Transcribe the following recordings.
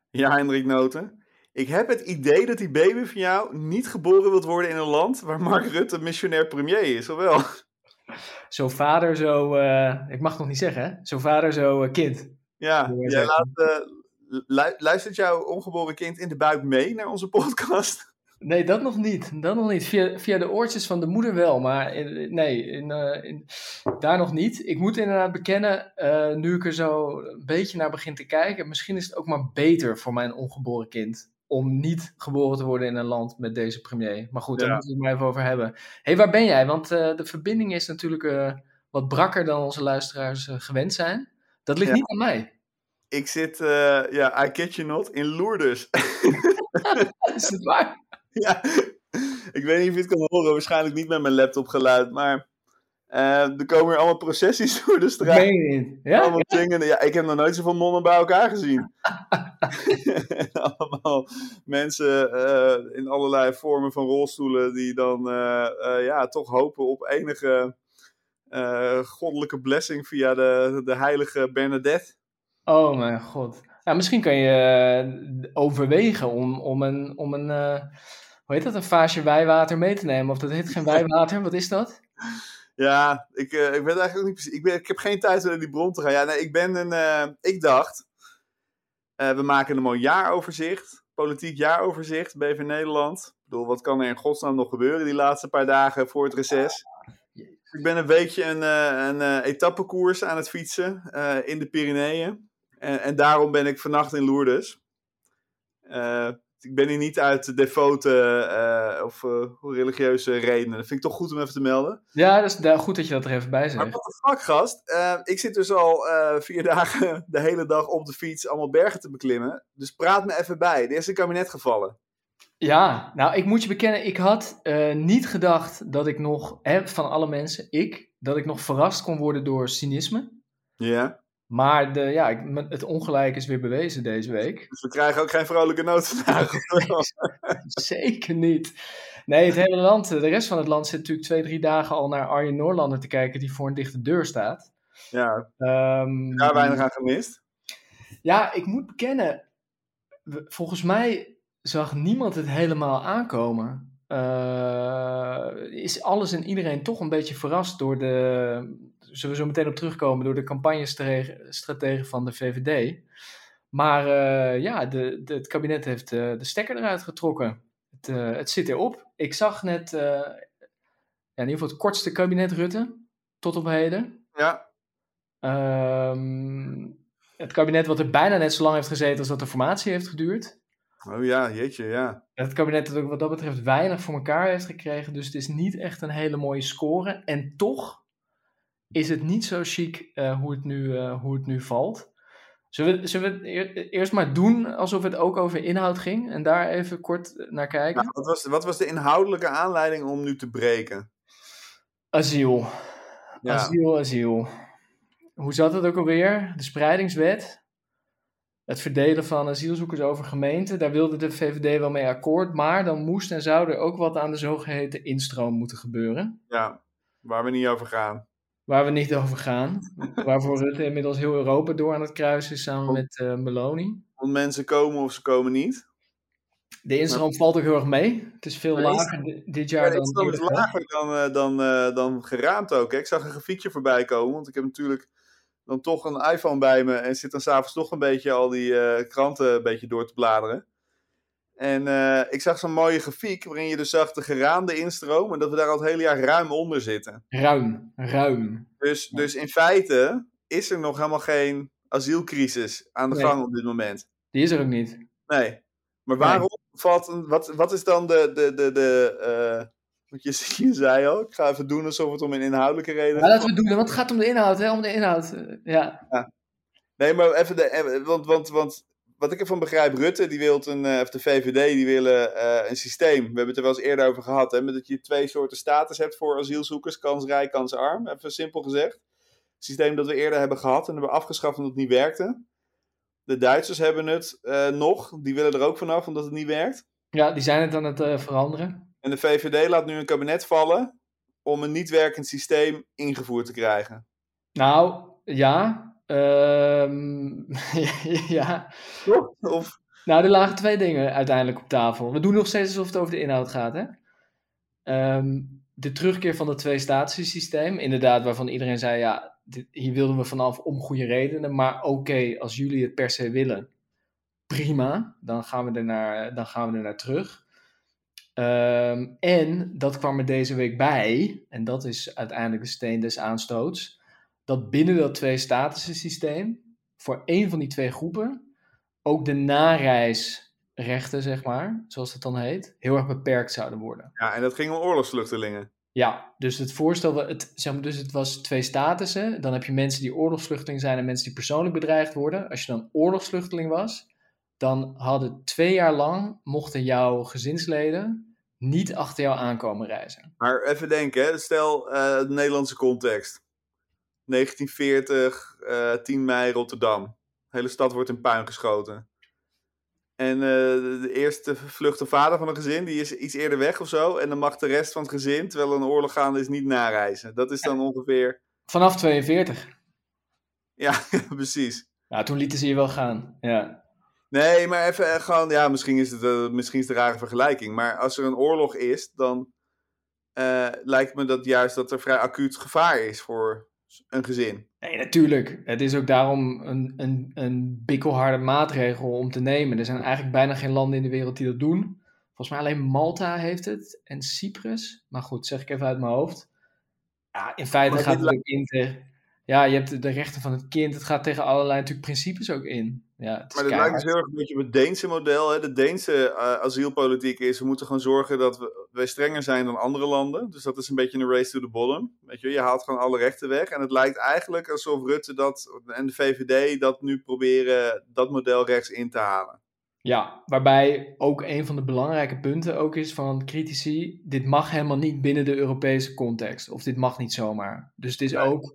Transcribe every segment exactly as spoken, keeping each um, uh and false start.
Ja, Hendrik Noten. Ik heb het idee dat die baby van jou niet geboren wilt worden in een land waar Mark Rutte missionair premier is, of wel? Zo vader, zo... Uh, ik mag het nog niet zeggen, hè? Zo vader, zo uh, kind. Ja, jij laat, uh, lu- luistert jouw ongeboren kind in de buik mee naar onze podcast? Nee, dat nog niet. Dat nog niet. Via, via de oortjes van de moeder wel, maar in, nee, in, uh, in, daar nog niet. Ik moet inderdaad bekennen, uh, nu ik er zo een beetje naar begin te kijken, misschien is het ook maar beter voor mijn ongeboren kind om niet geboren te worden in een land met deze premier. Maar goed, ja. Daar moeten we het maar even over hebben. Hé, hey, waar ben jij? Want uh, de verbinding is natuurlijk uh, wat brakker dan onze luisteraars uh, gewend zijn. Dat ligt ja. niet aan mij. Ik zit, uh, ja, I kid you not, in Lourdes. Is het waar? Ja, ik weet niet of je het kan horen, waarschijnlijk niet met mijn laptop geluid, maar uh, er komen weer allemaal processies door de straat. Nee, ja? Allemaal zingen. Ja, ik heb nog nooit zoveel nonnen bij elkaar gezien. Allemaal mensen uh, in allerlei vormen van rolstoelen die dan uh, uh, ja, toch hopen op enige uh, goddelijke blessing via de, de heilige Bernadette. Oh mijn god. Ja, misschien kan je uh, overwegen om, om een, om een uh, hoe heet dat, een vaasje wijwater mee te nemen. Of dat heet geen wijwater, wat is dat? Ja, ik, uh, ik weet eigenlijk ook niet precies. Ik, ben, ik heb geen tijd om naar die bron te gaan. Ja, nee, ik ben een, uh, ik dacht, uh, we maken een mooi jaaroverzicht. Politiek jaaroverzicht, B V Nederland. Ik bedoel, wat kan er in godsnaam nog gebeuren die laatste paar dagen voor het reces? Ik ben een weekje een, uh, een uh, etappekoers aan het fietsen uh, in de Pyreneeën. En, en daarom ben ik vannacht in Lourdes. Uh, ik ben hier niet uit devote uh, of uh, religieuze redenen. Dat vind ik toch goed om even te melden. Ja, dat is goed dat je dat er even bij zegt. Maar wat de fuck, gast. Uh, ik zit dus al uh, vier dagen de hele dag op de fiets allemaal bergen te beklimmen. Dus praat me even bij. Er is een kabinet gevallen. Ja, nou, ik moet je bekennen, ik had uh, niet gedacht dat ik nog, hè, van alle mensen, ik, dat ik nog verrast kon worden door cynisme. Ja. Maar de, ja, ik, het ongelijk is weer bewezen deze week. Dus we krijgen ook geen vrolijke noot vandaag. Zeker niet. Nee, het hele land, de rest van het land zit natuurlijk twee, drie dagen al naar Arjen Noorlander te kijken die voor een dichte deur staat. Ja, um, daar weinig aan gemist. Ja, ik moet bekennen, volgens mij zag niemand het helemaal aankomen. Uh, is alles en iedereen toch een beetje verrast door de, zullen we zo meteen op terugkomen, door de campagnestrategen van de V V D. Maar uh, ja, de, de, het kabinet heeft uh, de stekker eruit getrokken. Het, uh, het zit erop. Ik zag net, uh, ja, in ieder geval het kortste kabinet Rutte, tot op heden. Ja. Um, het kabinet wat er bijna net zo lang heeft gezeten als dat de formatie heeft geduurd. Oh ja, jeetje, ja. Het kabinet dat ook wat dat betreft weinig voor elkaar heeft gekregen. Dus het is niet echt een hele mooie score. En toch is het niet zo chic uh, hoe, het nu, uh, hoe het nu valt. Zullen we, zullen we het eerst maar doen alsof het ook over inhoud ging? En daar even kort naar kijken. Nou, wat, was, wat was de inhoudelijke aanleiding om nu te breken? Asiel. Ja. Asiel, asiel. Hoe zat het ook alweer? De spreidingswet. Het verdelen van asielzoekers over gemeenten. Daar wilde de V V D wel mee akkoord. Maar dan moest en zou er ook wat aan de zogeheten instroom moeten gebeuren. Ja, waar we niet over gaan. Waar we niet over gaan. Waarvoor Rutte inmiddels heel Europa door aan het kruisen is samen met uh, Meloni. Want mensen komen of ze komen niet. De instroom maar... valt ook heel erg mee. Het is veel ja, lager d- dit jaar ja, dan... De instroom is lager dan, uh, dan, uh, dan geraamd ook. Hè? Ik zag een grafiekje voorbij komen. Want ik heb natuurlijk dan toch een iPhone bij me. En zit dan s'avonds toch een beetje al die uh, kranten een beetje door te bladeren. En uh, ik zag zo'n mooie grafiek waarin je dus zag de geraamde instroom. En dat we daar al het hele jaar ruim onder zitten. Ruim, ruim. Dus, dus in feite is er nog helemaal geen asielcrisis aan de nee. gang op dit moment. Die is er ook niet. Nee. Maar waarom nee. valt een, wat, wat is dan de, de, de, de uh, wat je, je zei al, ik ga even doen alsof het om een inhoudelijke reden gaat. Ja, laten we doen, want het gaat om de inhoud, hè, om de inhoud, ja. ja. Nee, maar even, de, want, want, want wat ik ervan begrijp, Rutte, die wil een, of de V V D, die willen uh, een systeem. We hebben het er wel eens eerder over gehad, hè, met dat je twee soorten status hebt voor asielzoekers, kansrijk, kansarm, even simpel gezegd. Het systeem dat we eerder hebben gehad en hebben afgeschaft omdat het niet werkte. De Duitsers hebben het uh, nog, die willen er ook vanaf omdat het niet werkt. Ja, die zijn het aan het uh, veranderen. En de V V D laat nu een kabinet vallen om een niet werkend systeem ingevoerd te krijgen. Nou, ja. Um, ja. Of... Nou, er lagen twee dingen uiteindelijk op tafel. We doen nog steeds alsof het over de inhoud gaat, hè? Ehm, de terugkeer van het twee-statensysteem. Inderdaad, waarvan iedereen zei, ja, dit, hier wilden we vanaf om goede redenen. Maar oké, okay, als jullie het per se willen, prima. Dan gaan we er naar, dan gaan we er naar terug. Um, en dat kwam er deze week bij, en dat is uiteindelijk de steen des aanstoots, dat binnen dat twee-statensysteem voor één van die twee groepen ook de nareisrechten, zeg maar, zoals het dan heet, heel erg beperkt zouden worden. Ja, en dat ging om oorlogsvluchtelingen. Ja, dus het voorstel, het, zeg maar, dus het was twee statussen. Dan heb je mensen die oorlogsvluchteling zijn en mensen die persoonlijk bedreigd worden. Als je dan oorlogsvluchteling was, dan hadden twee jaar lang, mochten jouw gezinsleden niet achter jou aankomen reizen. Maar even denken, hè? Stel uh, de Nederlandse context. negentien veertig, uh, tien mei, Rotterdam. De hele stad wordt in puin geschoten. En uh, de, de eerste vlucht vader van een gezin, die is iets eerder weg of zo. En dan mag de rest van het gezin, terwijl er een oorlog gaande is, niet nareizen. Dat is dan ja. ongeveer... Vanaf tweeënveertig. Ja, precies. Ja, toen lieten ze je wel gaan, ja. Nee, maar even uh, gewoon, ja, misschien is het uh, misschien is het een rare vergelijking. Maar als er een oorlog is, dan uh, lijkt me dat juist dat er vrij acuut gevaar is voor een gezin. Nee, natuurlijk. Het is ook daarom een, een, een bikkelharde maatregel om te nemen. Er zijn eigenlijk bijna geen landen in de wereld die dat doen. Volgens mij alleen Malta heeft het en Cyprus. Maar goed, zeg ik even uit mijn hoofd. Ja, in feite maar gaat het ook in tegen... Ja, je hebt de rechten van het kind. Het gaat tegen allerlei natuurlijk principes ook in. Ja, het maar dat lijkt dus heel erg een beetje op het Deense model. Hè? De Deense uh, asielpolitiek is, we moeten gewoon zorgen dat we, wij strenger zijn dan andere landen. Dus dat is een beetje een race to the bottom. Weet je, je haalt gewoon alle rechten weg. En het lijkt eigenlijk alsof Rutte dat, en de V V D dat nu proberen dat model rechts in te halen. Ja, waarbij ook een van de belangrijke punten ook is van critici, dit mag helemaal niet binnen de Europese context. Of dit mag niet zomaar. Dus het is nee. ook...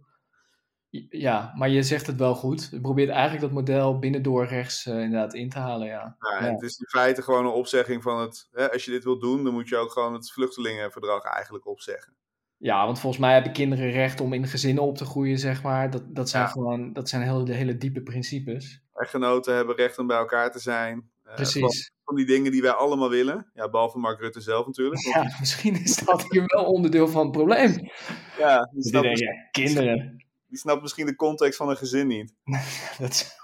Ja, maar je zegt het wel goed. Je probeert eigenlijk dat model binnendoor rechts uh, inderdaad in te halen, ja. Ja, ja. Het is in feite gewoon een opzegging van het... Hè, als je dit wilt doen, dan moet je ook gewoon het vluchtelingenverdrag eigenlijk opzeggen. Ja, want volgens mij hebben kinderen recht om in gezinnen op te groeien, zeg maar. Dat, dat zijn ja. gewoon, dat zijn hele, hele diepe principes. Echtgenoten hebben recht om bij elkaar te zijn. Precies. Van, van die dingen die wij allemaal willen. Ja, behalve Mark Rutte zelf natuurlijk. Ja, die... misschien is dat hier wel onderdeel van het probleem. Ja, die snapt misschien... ja, kinderen... Die snapt misschien de context van een gezin niet. dat is...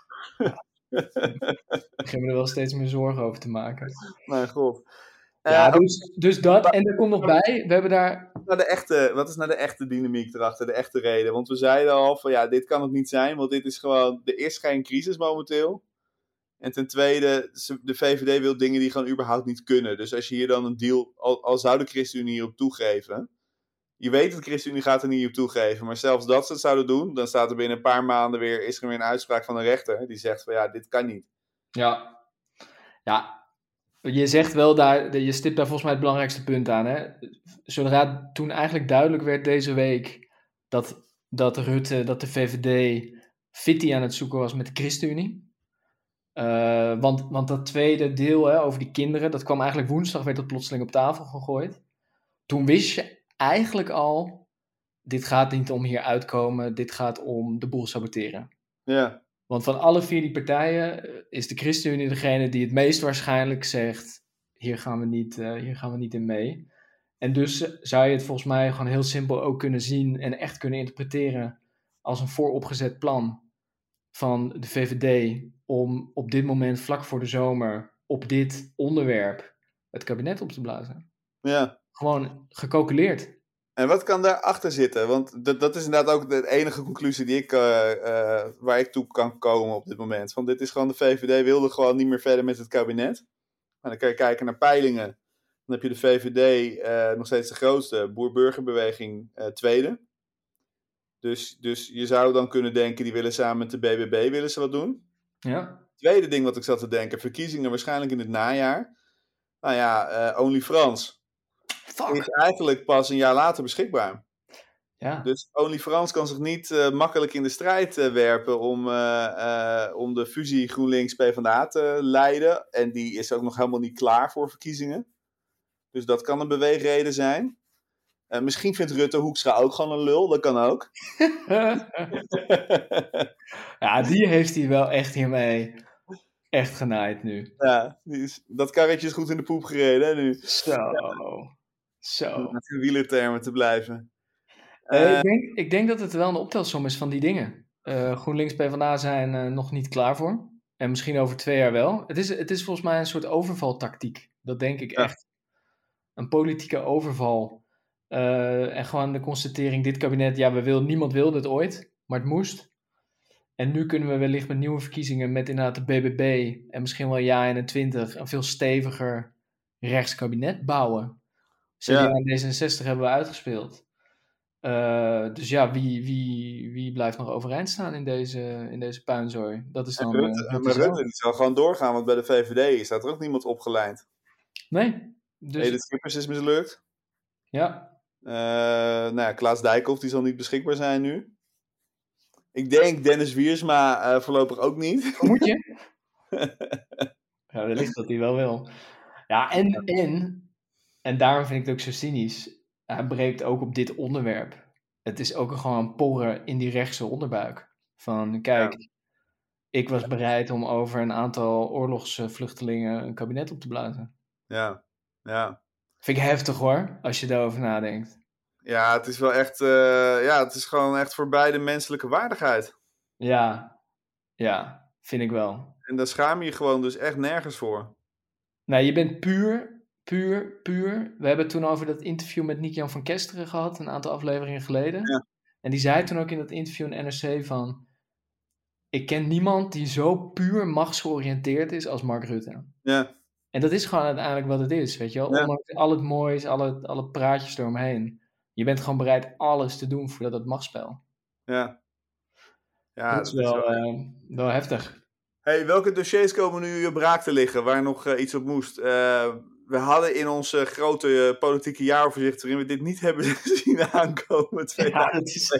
Ik begin me er wel steeds meer zorgen over te maken. Mijn god. Ja, uh, dus, dus dat. En er komt nog bij, we hebben daar... Naar de echte, wat is nou de echte dynamiek erachter, de echte reden? Want we zeiden al van, ja, dit kan het niet zijn, want dit is gewoon... Er is geen crisis momenteel. En ten tweede, de V V D wil dingen die gewoon überhaupt niet kunnen. Dus als je hier dan een deal... Al, al zou de ChristenUnie hierop toegeven... Je weet dat de ChristenUnie gaat er niet op toegeven. Maar zelfs dat ze het zouden doen, dan staat er binnen een paar maanden weer, is er weer een uitspraak van een rechter. Die zegt van ja, dit kan niet. Ja. Ja. Je zegt wel daar, je stipt daar volgens mij het belangrijkste punt aan. Hè? Zodra toen eigenlijk duidelijk werd deze week dat, dat Rutte, dat de V V D fitty aan het zoeken was met de ChristenUnie. Uh, want, want dat tweede deel hè, over die kinderen, dat kwam eigenlijk woensdag, werd dat plotseling op tafel gegooid. Toen wist je eigenlijk al, dit gaat niet om hier uitkomen, dit gaat om de boel saboteren. Ja. Want van alle vier die partijen is de ChristenUnie degene die het meest waarschijnlijk zegt, hier gaan we niet, uh, hier gaan we niet in mee. En dus zou je het volgens mij gewoon heel simpel ook kunnen zien en echt kunnen interpreteren als een vooropgezet plan van de V V D om op dit moment vlak voor de zomer op dit onderwerp het kabinet op te blazen. Ja. Gewoon gecalculeerd. En wat kan daarachter zitten? Want dat, dat is inderdaad ook de enige conclusie die ik, uh, uh, waar ik toe kan komen op dit moment. Want dit is gewoon, de V V D wilde gewoon niet meer verder met het kabinet. En dan kan je kijken naar peilingen. Dan heb je de V V D uh, nog steeds de grootste, boer-burgerbeweging uh, tweede. Dus, dus je zou dan kunnen denken, die willen samen met de B B B willen ze wat doen. Ja. Tweede ding wat ik zat te denken, verkiezingen waarschijnlijk in het najaar. Nou ja, uh, OnlyFrans. Fuck. Is eigenlijk pas een jaar later beschikbaar. Ja. Dus OnlyFrans kan zich niet uh, makkelijk in de strijd uh, werpen om, uh, uh, om de fusie GroenLinks-PvdA te leiden. En die is ook nog helemaal niet klaar voor verkiezingen. Dus dat kan een beweegreden zijn. Uh, misschien vindt Rutte Hoekstra ook gewoon een lul, dat kan ook. Ja, die heeft hij wel echt hiermee echt genaaid nu. Ja, die is, dat karretje is goed in de poep gereden hè, nu. Zo. Ja. Zo. Om in wielertermen te blijven. Uh, Uh, ik, denk, ik denk dat het wel een optelsom is van die dingen. Uh, GroenLinks, PvdA zijn uh, nog niet klaar voor. En misschien over twee jaar wel. Het is, het is volgens mij een soort overvaltactiek. Dat denk ik ja. echt. Een politieke overval. Uh, en gewoon de constatering, dit kabinet, ja, we wil, niemand wilde het ooit. Maar het moest. En nu kunnen we wellicht met nieuwe verkiezingen met inderdaad de B B B en misschien wel Ja eenentwintig een veel steviger rechtskabinet bouwen. C D A ja. En D zesenzestig hebben we uitgespeeld. Uh, dus ja, wie, wie, wie blijft nog overeind staan in deze, in deze puinzooi? Dat is dan... En Rutte, uh, maar Rutte die zal gewoon doorgaan, want bij de V V D staat er ook niemand opgeleid. Nee. Dus... Edith Schippers is mislukt. Ja. Uh, nou ja, Klaas Dijkhoff die zal niet beschikbaar zijn nu. Ik denk Dennis Wiersma uh, voorlopig ook niet. Moet je? Ja, wellicht dat hij wel wil. Ja, en, en, en daarom vind ik het ook zo cynisch. Hij breekt ook op dit onderwerp. Het is ook gewoon porren in die rechtse onderbuik. Van, kijk, ja. ik was bereid om over een aantal oorlogsvluchtelingen een kabinet op te blazen. Ja, ja. Vind ik heftig hoor, als je daarover nadenkt. Ja, het is wel echt, uh, ja, het is gewoon echt voorbij de menselijke waardigheid. Ja, ja, vind ik wel. En daar schaam je je gewoon dus echt nergens voor. Nou, je bent puur, puur, puur. We hebben het toen over dat interview met Niek-Jan van Kesteren gehad, een aantal afleveringen geleden. Ja. En die zei toen ook in dat interview in N R C van... Ik ken niemand die zo puur machtsgeoriënteerd is als Mark Rutte. Ja. En dat is gewoon uiteindelijk wat het is, weet je wel. Ja. Ondanks al het moois, alle, alle praatjes eromheen. Je bent gewoon bereid alles te doen voor dat machtsspel. Ja. Ja, dat is wel, dat is wel, uh, wel heftig. Hey, welke dossiers komen nu op raak te liggen waar nog uh, iets op moest? Uh, we hadden in ons uh, grote uh, politieke jaaroverzicht, waarin we dit niet hebben zien aankomen. Ja, dat is...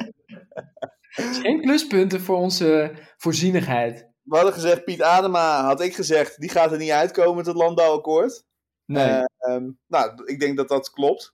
Geen pluspunten voor onze voorzienigheid. We hadden gezegd, Piet Adema, had ik gezegd, die gaat er niet uitkomen met het landbouwakkoord. Nee. Uh, um, nou, ik denk dat dat klopt.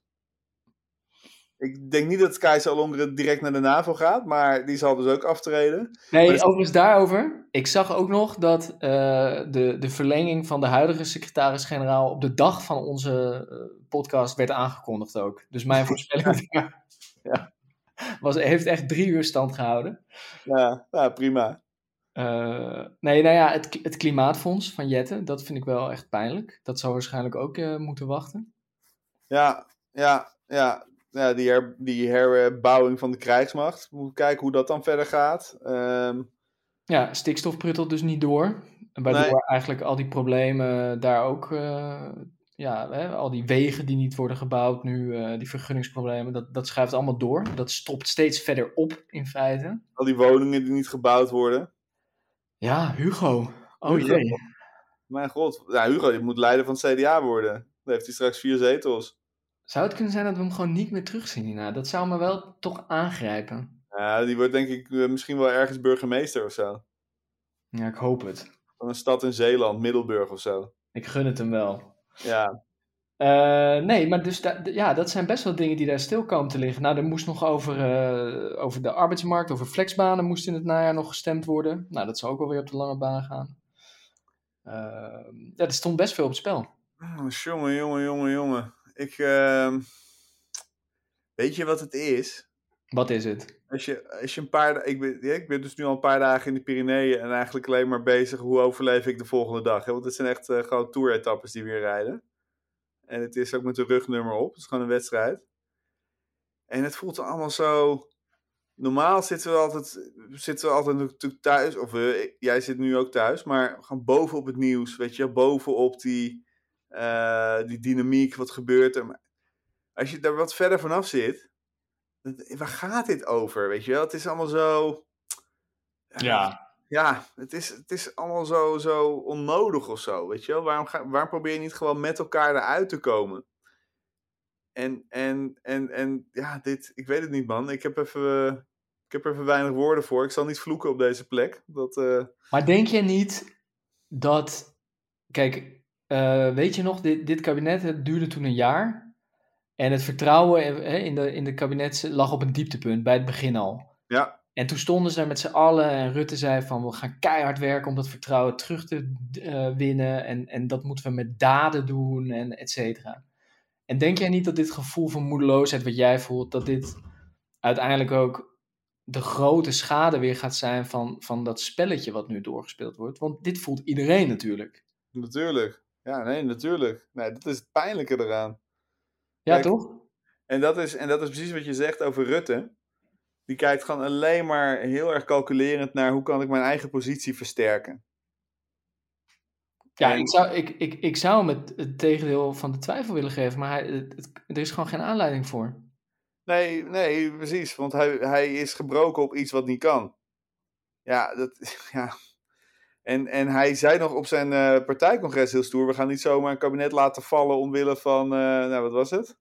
Ik denk niet dat Kajsa Ollongren direct naar de NAVO gaat, maar die zal dus ook aftreden. Nee, dus... overigens daarover. Ik zag ook nog dat uh, de, de verlenging van de huidige secretaris-generaal op de dag van onze uh, podcast werd aangekondigd ook. Dus mijn voorspelling ja, was, heeft echt drie uur stand gehouden. Ja, ja prima. Uh, nee, nou ja, het, het klimaatfonds van Jette, dat vind ik wel echt pijnlijk. Dat zou waarschijnlijk ook uh, moeten wachten. Ja, ja, ja. Ja, die, her, die herbouwing van de krijgsmacht. We moeten kijken hoe dat dan verder gaat. Um... Ja, stikstof pruttelt dus niet door. Waardoor nee. eigenlijk al die problemen daar ook... Uh, ja, hè, al die wegen die niet worden gebouwd nu, uh, die vergunningsproblemen, dat, dat schuift allemaal door. Dat stopt steeds verder op in feite. Al die woningen die niet gebouwd worden. Ja, Hugo. Oh Hugo. jee. Mijn god. Ja, Hugo, die moet leider van het C D A worden. Dan heeft hij straks vier zetels. Zou het kunnen zijn dat we hem gewoon niet meer terugzien hierna? Dat zou me wel toch aangrijpen. Ja, die wordt denk ik uh, misschien wel ergens burgemeester of zo. Ja, ik hoop het. Van een stad in Zeeland, Middelburg of zo. Ik gun het hem wel. Ja. Uh, nee, maar dus da- ja, dat zijn best wel dingen die daar stil komen te liggen. Nou, er moest nog over, uh, over de arbeidsmarkt, over flexbanen moest in het najaar nog gestemd worden. Nou, dat zou ook wel weer op de lange baan gaan. Uh, ja, er stond best veel op het spel. Oh, jongen, jongen, jongen, jongen. Ik, uh... weet je wat het is? Wat is het? Als je, als je een paar... Ik ben, ja, ik ben dus nu al een paar dagen in de Pyreneeën en eigenlijk alleen maar bezig hoe overleef ik de volgende dag. Hè? Want het zijn echt uh, gewoon tour-etappes die weer rijden. En het is ook met een rugnummer op. Het is gewoon een wedstrijd. En het voelt allemaal zo... Normaal zitten we altijd, zitten we altijd natuurlijk thuis. Of uh, jij zit nu ook thuis. Maar gewoon bovenop het nieuws. Weet je, bovenop die, uh, die dynamiek. Wat gebeurt er. Als je daar wat verder vanaf zit. Waar gaat dit over? Weet je wel? Het is allemaal zo... Uh, ja. Ja, het is, het is allemaal zo, zo onnodig of zo. Weet je wel? Waarom, ga, waarom probeer je niet gewoon met elkaar eruit te komen? En, en, en, en ja, dit, ik weet het niet, man. Ik heb even, uh, ik heb er even weinig woorden voor. Ik zal niet vloeken op deze plek. Dat, uh... Maar denk je niet dat... Kijk, uh, weet je nog, dit, dit kabinet het duurde toen een jaar. En het vertrouwen in de, in de kabinet lag op een dieptepunt bij het begin al. Ja. En toen stonden ze daar met z'n allen en Rutte zei van we gaan keihard werken om dat vertrouwen terug te uh, winnen en, en dat moeten we met daden doen en et cetera. En denk jij niet dat dit gevoel van moedeloosheid wat jij voelt, dat dit uiteindelijk ook de grote schade weer gaat zijn van, van dat spelletje wat nu doorgespeeld wordt? Want dit voelt iedereen natuurlijk. Natuurlijk. Ja, nee, natuurlijk. Nee, dat is het pijnlijke eraan. Ja, Kijk, toch? En dat, is, en dat is precies wat je zegt over Rutte. Die kijkt gewoon alleen maar heel erg calculerend naar hoe kan ik mijn eigen positie versterken. Ja, en... ik, zou, ik, ik, ik zou hem het, het tegendeel van de twijfel willen geven, maar hij, het, het, er is gewoon geen aanleiding voor. Nee, nee, precies. Want hij, hij is gebroken op iets wat niet kan. Ja, dat... Ja. En, en hij zei nog op zijn uh, partijcongres heel stoer, we gaan niet zomaar een kabinet laten vallen omwille van, uh, nou wat was het?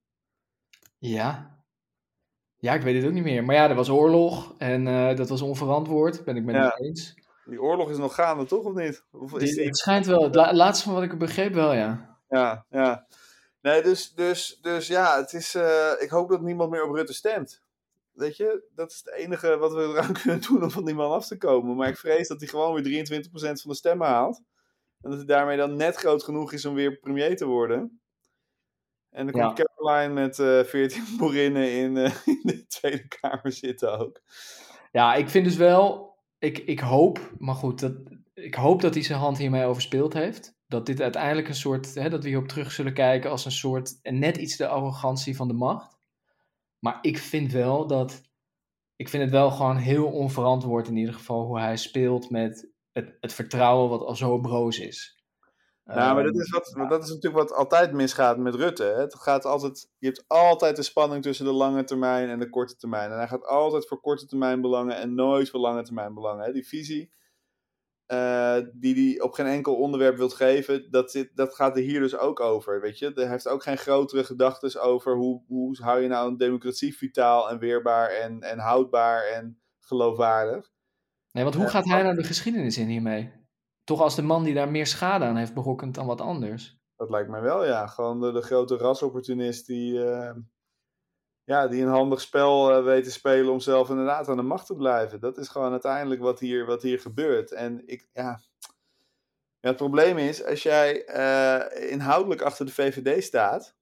Ja. Ja, ik weet het ook niet meer. Maar ja, er was oorlog en uh, dat was onverantwoord, ben ik met ja. hem eens. Die oorlog is nog gaande, toch, of niet? Of is die, die... Het schijnt wel, het la- laatste van wat ik begreep wel, ja. Ja, ja. Nee, dus, dus, dus ja, het is, uh, ik hoop dat niemand meer op Rutte stemt. Weet je, dat is het enige wat we eraan kunnen doen om van die man af te komen. Maar ik vrees dat hij gewoon weer drieëntwintig procent van de stemmen haalt. En dat hij daarmee dan net groot genoeg is om weer premier te worden. En dan komt ja. Caroline met uh, veertien boerinnen in, uh, in de Tweede Kamer zitten ook. Ja, ik vind dus wel... Ik, ik hoop, maar goed, dat, ik hoop dat hij zijn hand hiermee overspeeld heeft. Dat dit uiteindelijk een soort... Hè, dat we hierop terug zullen kijken als een soort... En net iets de arrogantie van de macht. Maar ik vind wel dat... Ik vind het wel gewoon heel onverantwoord in ieder geval hoe hij speelt met het, het vertrouwen wat al zo broos is. Nou, maar dat is, wat, ja. dat is natuurlijk wat altijd misgaat met Rutte. Hè? Het gaat altijd, je hebt altijd de spanning tussen de lange termijn en de korte termijn. En hij gaat altijd voor korte termijn belangen en nooit voor lange termijn belangen. Hè? Die visie uh, die hij op geen enkel onderwerp wilt geven, dat, zit, dat gaat er hier dus ook over. Weet je? Hij heeft ook geen grotere gedachten over hoe, hoe hou je nou een democratie vitaal en weerbaar en, en houdbaar en geloofwaardig. Nee, want hoe uh, gaat hij nou de geschiedenis in hiermee? Toch als de man die daar meer schade aan heeft berokkend dan wat anders. Dat lijkt mij wel, ja. Gewoon de, de grote rasopportunist die, uh, ja, die een handig spel uh, weet te spelen om zelf inderdaad aan de macht te blijven. Dat is gewoon uiteindelijk wat hier, wat hier gebeurt. En ik, ja... ja het probleem is, als jij uh, inhoudelijk achter de V V D staat,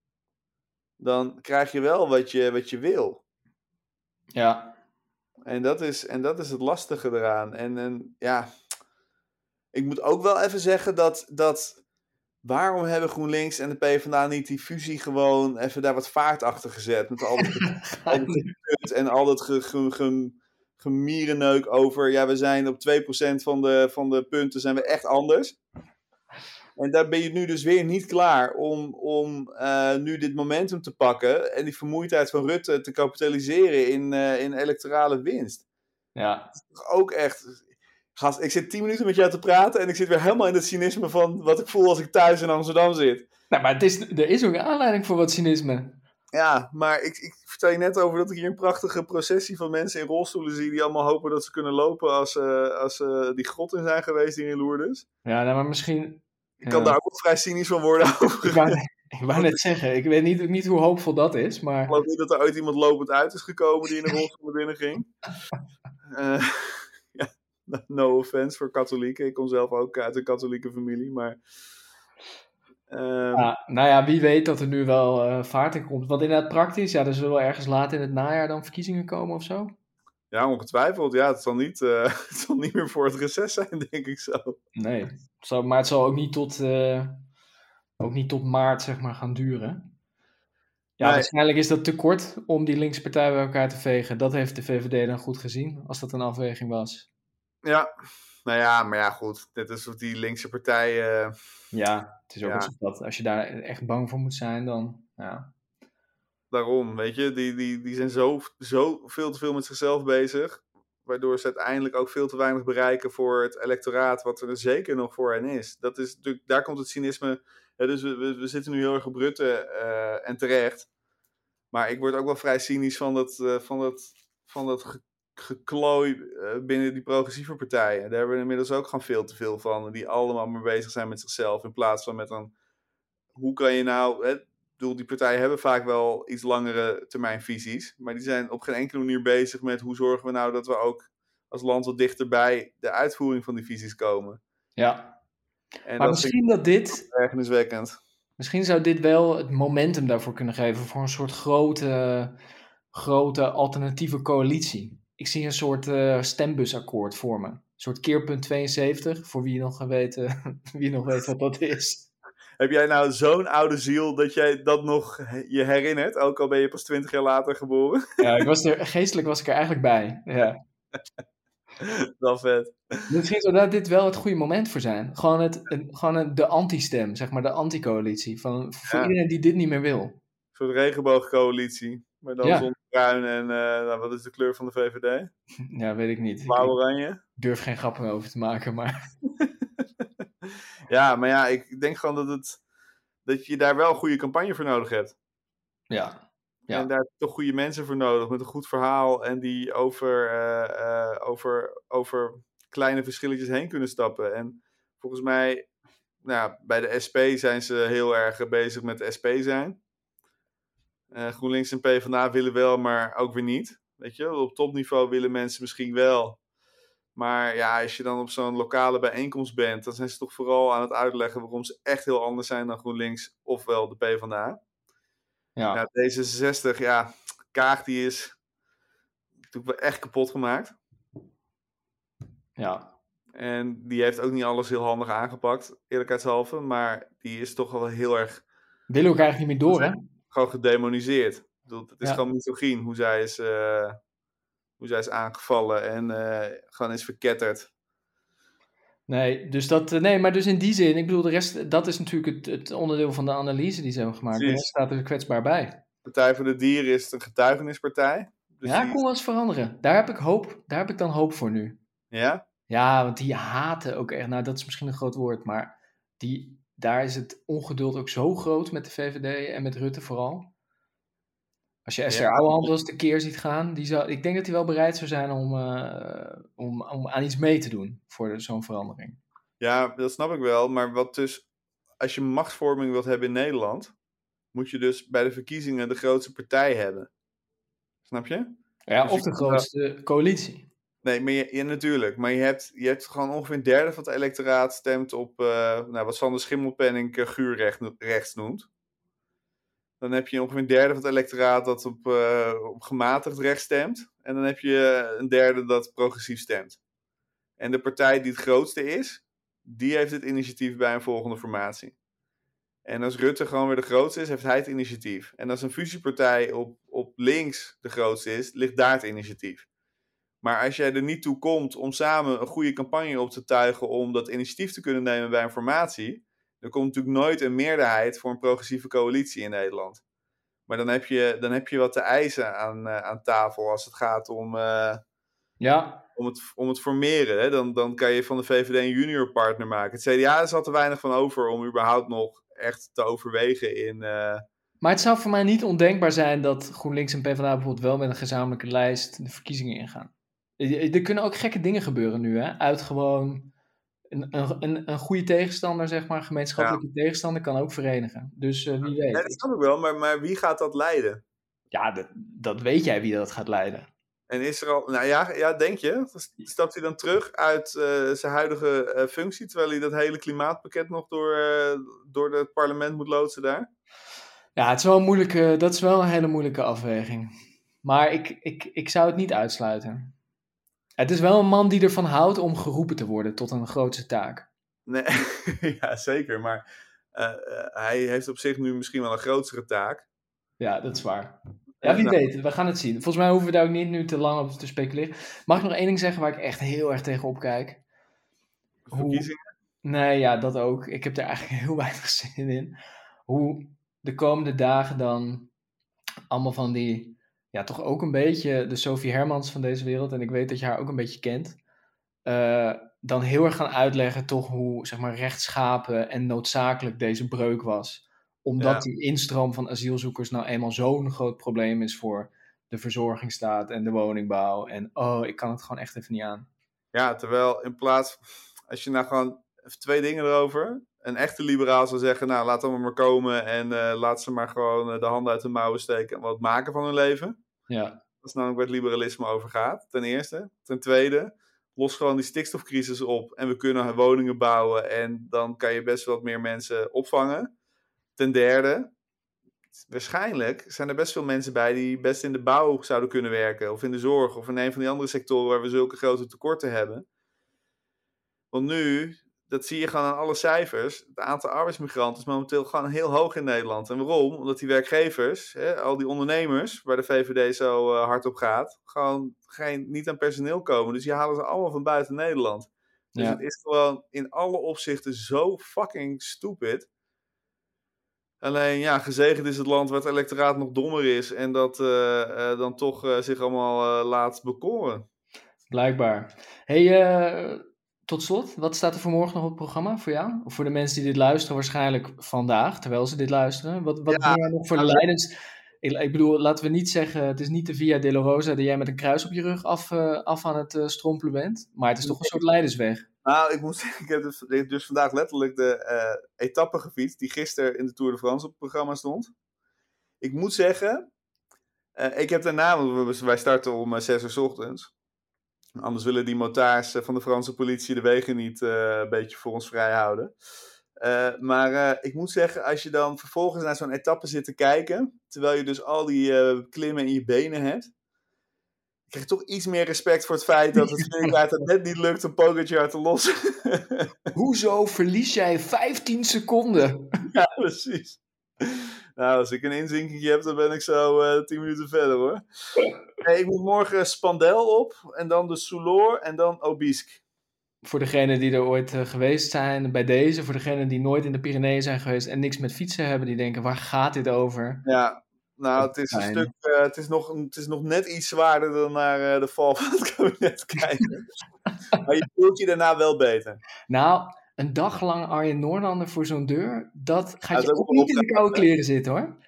dan krijg je wel wat je, wat je wil. Ja. En dat is, en dat is het lastige eraan. En, en ja... Ik moet ook wel even zeggen dat, dat waarom hebben GroenLinks en de PvdA niet die fusie gewoon even daar wat vaart achter gezet? Met al dat en al dat ge, ge, ge, gemierenneuk over, ja, we zijn op twee procent van de, van de punten zijn we echt anders. En daar ben je nu dus weer niet klaar om, om uh, nu dit momentum te pakken en die vermoeidheid van Rutte te kapitaliseren in, uh, in electorale winst. Ja. Dat is toch ook echt... Gast, ik zit tien minuten met jou te praten en ik zit weer helemaal in het cynisme van wat ik voel als ik thuis in Amsterdam zit. Nou, maar het is, er is ook een aanleiding voor wat cynisme. Ja, maar ik, ik vertel je net over dat ik hier een prachtige processie van mensen in rolstoelen zie die allemaal hopen dat ze kunnen lopen als, uh, als uh, die grot in zijn geweest hier in Lourdes. Ja, nou, maar misschien... Ik kan ja. daar ook vrij cynisch van worden over. Ik wou, ik wou net zeggen, ik weet niet, niet hoe hoopvol dat is, maar... Ik geloof niet dat er ooit iemand lopend uit is gekomen die in een rolstoel naar binnen ging. Uh, ja. No offense voor katholieken. Ik kom zelf ook uit een katholieke familie, maar... Um... Ja, nou ja, wie weet dat er nu wel uh, vaart in komt. Want inderdaad praktisch, ja, er zullen wel ergens later in het najaar dan verkiezingen komen of zo. Ja, ongetwijfeld. Ja, het zal niet, uh, het zal niet meer voor het reces zijn, denk ik zo. Nee, zo, maar het zal ook niet tot, uh, ook niet tot maart, zeg maar, gaan duren. Ja, nee. Waarschijnlijk is dat te kort om die linkse partij bij elkaar te vegen. Dat heeft de V V D dan goed gezien, als dat een afweging was. Ja, nou ja, maar ja, goed. Dit is wat die linkse partijen... Uh... Ja, het is ook ja. Zo dat als je daar echt bang voor moet zijn, dan... Ja. Daarom, weet je, die, die, die zijn zo, zo veel te veel met zichzelf bezig, waardoor ze uiteindelijk ook veel te weinig bereiken voor het electoraat, wat er zeker nog voor hen is. Dat is natuurlijk, daar komt het cynisme, ja, dus we, we, we zitten nu heel erg op Rutte uh, en terecht, maar ik word ook wel vrij cynisch van dat, uh, van dat, van dat ge, geklooi uh, binnen die progressieve partijen. Daar hebben we inmiddels ook gewoon veel te veel van, die allemaal maar bezig zijn met zichzelf, in plaats van met een, hoe kan je nou... Hè, bedoel, die partijen hebben vaak wel iets langere termijnvisies. Maar die zijn op geen enkele manier bezig met hoe zorgen we nou dat we ook als land wat dichterbij de uitvoering van die visies komen. Ja. En Maar dat vind misschien dat dit, ik ergerniswekkend. misschien zou dit wel het momentum daarvoor kunnen geven voor een soort grote, grote alternatieve coalitie. Ik zie een soort uh, stembusakkoord voor me. Een soort keerpunt tweeënzeventig, voor wie nog weet, uh, wie nog weet wat dat is. Heb jij nou zo'n oude ziel dat jij dat nog je herinnert? Ook al ben je pas twintig jaar later geboren. Ja, ik was er, geestelijk was ik er eigenlijk bij. Ja. Wel vet. Misschien zou daar dit wel het goede moment voor zijn. Gewoon, het, het, gewoon het, de anti-stem, zeg maar, de anti-coalitie. Van, voor Ja. iedereen die dit niet meer wil. Een soort regenboogcoalitie. Maar dan Ja. zonder bruin en uh, nou, wat is de kleur van de V V D? Ja, weet ik niet. Blauw-oranje. Ik durf geen grappen over te maken, maar... Ja, maar ja, ik denk gewoon dat, het, dat je daar wel een goede campagne voor nodig hebt. Ja. Ja. En daar toch goede mensen voor nodig met een goed verhaal en die over, uh, uh, over, over kleine verschilletjes heen kunnen stappen. En volgens mij, nou, bij de S P zijn ze heel erg bezig met S P zijn. Uh, GroenLinks en PvdA willen wel, maar ook weer niet. Weet je, op topniveau willen mensen misschien wel. Maar ja, als je dan op zo'n lokale bijeenkomst bent, dan zijn ze toch vooral aan het uitleggen waarom ze echt heel anders zijn dan GroenLinks ofwel de PvdA. Ja. Nou, D zesenzestig, ja, Kaag die is natuurlijk wel echt kapot gemaakt. Ja. En die heeft ook niet alles heel handig aangepakt, eerlijkheidshalve. Maar die is toch wel heel erg... Willen ook eigenlijk niet meer door, hè? Gewoon gedemoniseerd. Ik bedoel, het is Ja. gewoon misogyn hoe zij is, uh, hoe zij is aangevallen en uh, gewoon is verketterd. Nee, dus dat, nee, maar dus in die zin, ik bedoel, de rest, dat is natuurlijk het, het onderdeel van de analyse die ze hebben gemaakt. De rest staat er kwetsbaar bij. Partij voor de Dieren is een getuigenispartij. Dus ja, die... kon wel eens veranderen. Daar heb ik hoop, daar heb ik dan hoop voor nu. Ja? Ja, want die haten ook echt, nou dat is misschien een groot woord, maar die, daar is het ongeduld ook zo groot met de V V D en met Rutte vooral. Als je Esther ja. Ouwehand eens tekeer ziet gaan, die zou, ik denk dat hij wel bereid zou zijn om, uh, om, om aan iets mee te doen voor zo'n verandering. Ja, dat snap ik wel, maar wat dus, als je machtsvorming wilt hebben in Nederland, moet je dus bij de verkiezingen de grootste partij hebben. Snap je? Ja, dus of je de grootste wel... coalitie. Nee, maar je, ja, natuurlijk. Maar je hebt, je hebt gewoon ongeveer een derde van het electoraat stemt op uh, nou, wat Sander Schimmelpenninck uh, guurrecht, rechts noemt. Dan heb je ongeveer een derde van het electoraat dat op, uh, op gematigd rechts stemt. En dan heb je een derde dat progressief stemt. En de partij die het grootste is, die heeft het initiatief bij een volgende formatie. En als Rutte gewoon weer de grootste is, heeft hij het initiatief. En als een fusiepartij op, op links de grootste is, ligt daar het initiatief. Maar als jij er niet toe komt om samen een goede campagne op te tuigen om dat initiatief te kunnen nemen bij een formatie, dan komt natuurlijk nooit een meerderheid voor een progressieve coalitie in Nederland. Maar dan heb je, dan heb je wat te eisen aan, uh, aan tafel als het gaat om, uh, ja. om, het, om het formeren. Hè? Dan, dan kan je van de V V D een junior partner maken. Het C D A is al te weinig van over om überhaupt nog echt te overwegen in... Uh... Maar het zou voor mij niet ondenkbaar zijn dat GroenLinks en PvdA bijvoorbeeld wel met een gezamenlijke lijst de verkiezingen ingaan. Er kunnen ook gekke dingen gebeuren nu, hè? Uit gewoon een, een, een goede tegenstander, zeg maar, gemeenschappelijke ja. tegenstander kan ook verenigen. Dus uh, wie weet. Ja, dat snap ik wel, maar, maar wie gaat dat leiden? Ja, dat, dat weet jij wie dat gaat leiden. En is er al, nou ja, ja denk je? Stapt hij dan terug uit uh, zijn huidige uh, functie, terwijl hij dat hele klimaatpakket nog door, uh, door het parlement moet loodsen daar? Ja, het is wel een moeilijke, dat is wel een hele moeilijke afweging. Maar ik, ik, ik zou het niet uitsluiten. Het is wel een man die ervan houdt om geroepen te worden tot een grootste taak. Nee, ja, zeker. Maar uh, uh, hij heeft op zich nu misschien wel een grotere taak. Ja, dat is waar. Ja, wie nou. weet. We gaan het zien. Volgens mij hoeven we daar ook niet nu te lang op te speculeren. Mag ik nog één ding zeggen waar ik echt heel erg tegen opkijk? Verkiezingen? Hoe... Nee, ja, dat ook. Ik heb er eigenlijk heel weinig zin in. Hoe de komende dagen dan allemaal van die... Ja, toch ook een beetje de Sophie Hermans van deze wereld. En ik weet dat je haar ook een beetje kent. Uh, dan heel erg gaan uitleggen toch hoe, zeg maar, rechtschapen en noodzakelijk deze breuk was. Omdat ja. die instroom van asielzoekers nou eenmaal zo'n groot probleem is voor de verzorgingsstaat en de woningbouw. En oh, ik kan het gewoon echt even niet aan. Ja, terwijl in plaats... Als je nou gewoon... Even twee dingen erover. een echte liberaal zou zeggen, nou, laat hem maar komen en uh, laat ze maar gewoon uh, de handen uit de mouwen steken en wat maken van hun leven. Ja. Dat is namelijk waar het liberalisme over gaat, ten eerste. Ten tweede, los gewoon die stikstofcrisis op en we kunnen woningen bouwen en dan kan je best wat meer mensen opvangen. Ten derde, waarschijnlijk zijn er best veel mensen bij die best in de bouw zouden kunnen werken, of in de zorg, of in een van die andere sectoren waar we zulke grote tekorten hebben. Want nu, dat zie je gewoon aan alle cijfers, het aantal arbeidsmigranten is momenteel gewoon heel hoog in Nederland. En waarom? Omdat die werkgevers, hè, al die ondernemers, waar de V V D zo uh, hard op gaat, gewoon geen, niet aan personeel komen. Dus die halen ze allemaal van buiten Nederland. Dus ja. Het is gewoon in alle opzichten zo fucking stupid. Alleen, ja, gezegend is het land waar het electoraat nog dommer is en dat uh, uh, dan toch uh, zich allemaal uh, laat bekoren. Blijkbaar. Hey, uh, tot slot, wat staat er voor morgen nog op het programma voor jou? Of voor de mensen die dit luisteren waarschijnlijk vandaag, terwijl ze dit luisteren. Wat, wat ja, ben jij nog voor de leidens? Ik, ik bedoel, laten we niet zeggen, het is niet de Via Dolorosa dat jij met een kruis op je rug af, uh, af aan het uh, strompelen bent, maar het is toch een soort leidersweg. Nou, ik moet zeggen, ik heb dus, ik heb dus vandaag letterlijk de uh, etappe gefietst die gisteren in de Tour de France op het programma stond. Ik moet zeggen, uh, ik heb daarna, want wij starten om uh, zes uur 's ochtends. Anders willen die motards uh, van de Franse politie de wegen niet uh, een beetje voor ons vrij houden. Uh, maar uh, ik moet zeggen, als je dan vervolgens naar zo'n etappe zit te kijken, terwijl je dus al die uh, klimmen in je benen hebt, ik krijg toch iets meer respect voor het feit dat het Vingegaard het net niet lukt om Pogačar te lossen. Hoezo verlies jij vijftien seconden? Ja, precies. Nou, als ik een inzinkingje heb, dan ben ik zo uh, tien minuten verder, hoor. Hey, ik moet morgen Spandel op, en dan de Soulor, en dan Obisque. Voor degenen die er ooit uh, geweest zijn, bij deze, voor degenen die nooit in de Pyreneeën zijn geweest en niks met fietsen hebben, die denken, waar gaat dit over? Ja. Nou, het is een stuk, uh, het, is nog, het is nog net iets zwaarder dan naar uh, de val van het kabinet kijken. Maar je voelt je daarna wel beter. Nou, een dag lang Arjen Noorlander voor zo'n deur, dat gaat ja, je ook niet in de koude kleren zitten, hoor.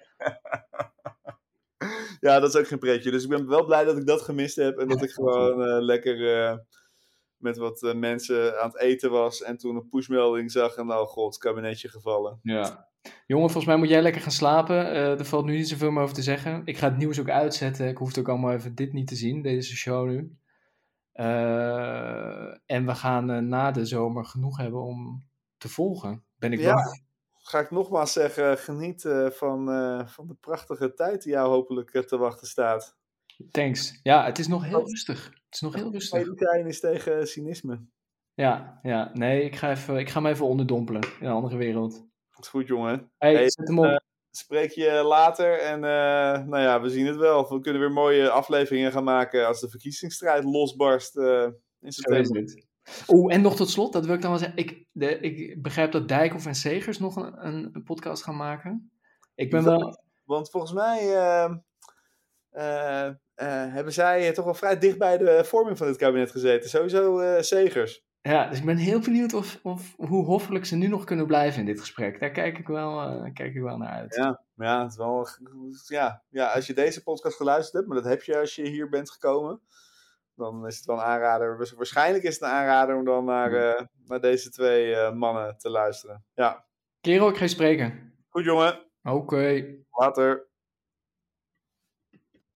Ja, dat is ook geen pretje. Dus ik ben wel blij dat ik dat gemist heb en dat ik gewoon uh, lekker uh, met wat uh, mensen aan het eten was en toen een pushmelding zag en nou, god, het kabinetje gevallen. Ja. Jongen, volgens mij moet jij lekker gaan slapen. Uh, er valt nu niet zoveel meer over te zeggen. Ik ga het nieuws ook uitzetten. Ik hoef ook allemaal even dit niet te zien, deze show nu. Uh, en we gaan uh, na de zomer genoeg hebben om te volgen. Ben ik ja, bang. Ga ik nogmaals zeggen, geniet uh, van, uh, van de prachtige tijd die jou hopelijk uh, te wachten staat. Thanks. Ja, het is nog heel rustig. Het is nog heel rustig. Iedereen is tegen cynisme. Ja, ja. Nee, ik ga, even, ik ga me even onderdompelen in een andere wereld. Dat is goed, jongen. Hey, hey, zet hem op. Uh, spreek je later en uh, nou ja, we zien het wel. We kunnen weer mooie afleveringen gaan maken als de verkiezingsstrijd losbarst uh, in september. Oeh, en nog tot slot, dat wil ik dan wel zeggen. Ik, de, ik begrijp dat Dijkhoff en Segers nog een, een, een podcast gaan maken. Ik ben wel... Want, want volgens mij uh, uh, uh, hebben zij toch wel vrij dicht bij de vorming van dit kabinet gezeten. Sowieso uh, Segers. Ja, dus ik ben heel benieuwd of, of, hoe hoffelijk ze nu nog kunnen blijven in dit gesprek. Daar kijk ik wel, uh, kijk ik wel naar uit. Ja, ja, het is wel, ja, ja, als je deze podcast geluisterd hebt, maar dat heb je als je hier bent gekomen, dan is het wel een aanrader. Waarschijnlijk is het een aanrader om dan naar, uh, naar deze twee uh, mannen te luisteren. Ja. Kerel, ik ga je spreken. Goed, jongen. Oké. Okay. Later.